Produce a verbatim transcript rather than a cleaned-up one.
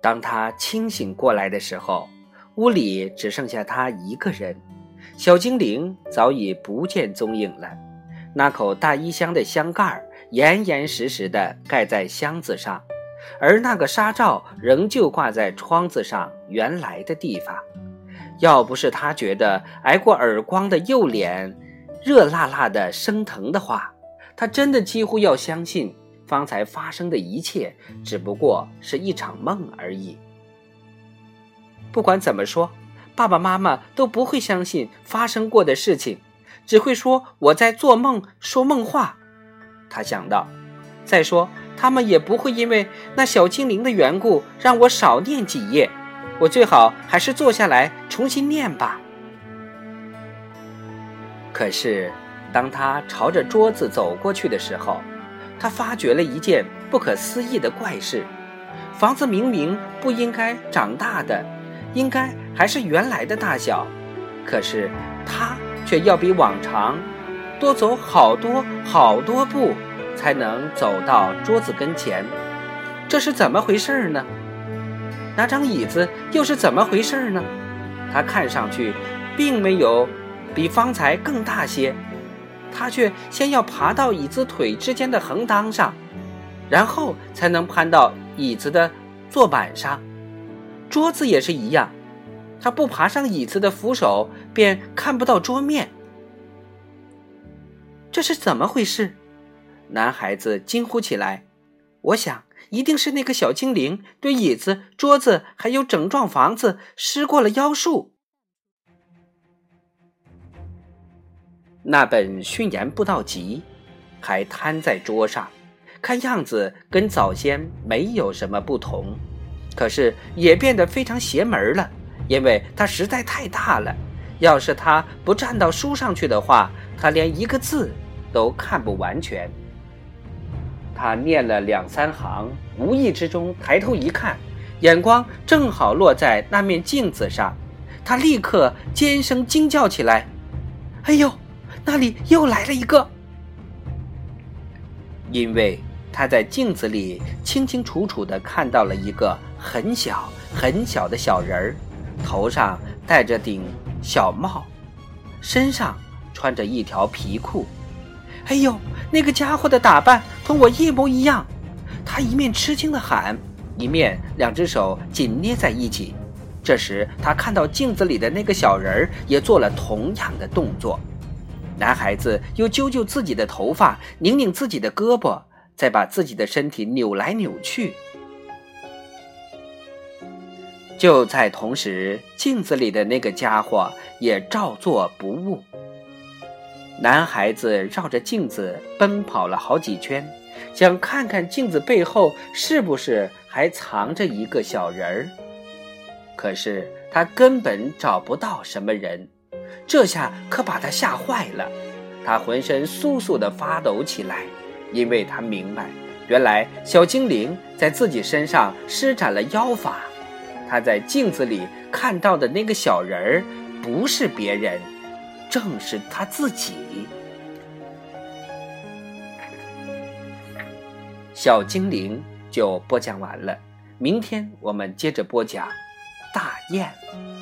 当他清醒过来的时候，屋里只剩下他一个人，小精灵早已不见踪影了。那口大衣箱的箱盖严严实实地盖在箱子上，而那个纱罩仍旧挂在窗子上原来的地方。要不是他觉得挨过耳光的右脸热辣辣的生疼的话，他真的几乎要相信方才发生的一切只不过是一场梦而已。不管怎么说，爸爸妈妈都不会相信发生过的事情，只会说我在做梦，说梦话。他想到，再说他们也不会因为那小精灵的缘故让我少念几页，我最好还是坐下来重新念吧。可是当他朝着桌子走过去的时候，他发觉了一件不可思议的怪事。房子明明不应该长大的，应该还是原来的大小，可是他却要比往常多走好多好多步才能走到桌子跟前。这是怎么回事呢？那张椅子又是怎么回事呢？他看上去并没有比方才更大些，他却先要爬到椅子腿之间的横当上，然后才能攀到椅子的坐板上。桌子也是一样，他不爬上椅子的扶手便看不到桌面。这是怎么回事？男孩子惊呼起来。我想一定是那个小精灵对椅子、桌子还有整幢房子施过了妖术。那本训言布道集还摊在桌上，看样子跟早先没有什么不同，可是也变得非常邪门了，因为它实在太大了，要是他不站到书上去的话，他连一个字都看不完全。他念了两三行，无意之中抬头一看，眼光正好落在那面镜子上，他立刻尖声惊叫起来：哎呦，那里又来了一个！因为他在镜子里清清楚楚地看到了一个很小很小的小人儿，头上戴着顶小帽，身上穿着一条皮裤。哎呦，那个家伙的打扮同我一模一样！他一面吃惊地喊，一面两只手紧捏在一起。这时他看到镜子里的那个小人儿也做了同样的动作。男孩子又揪揪自己的头发，拧拧自己的胳膊，再把自己的身体扭来扭去。就在同时，镜子里的那个家伙也照做不误。男孩子绕着镜子奔跑了好几圈，想看看镜子背后是不是还藏着一个小人儿。可是他根本找不到什么人，这下可把他吓坏了。他浑身簌簌地发抖起来，因为他明白，原来小精灵在自己身上施展了妖法。他在镜子里看到的那个小人儿不是别人，正是他自己。小精灵就播讲完了，明天我们接着播讲大雁。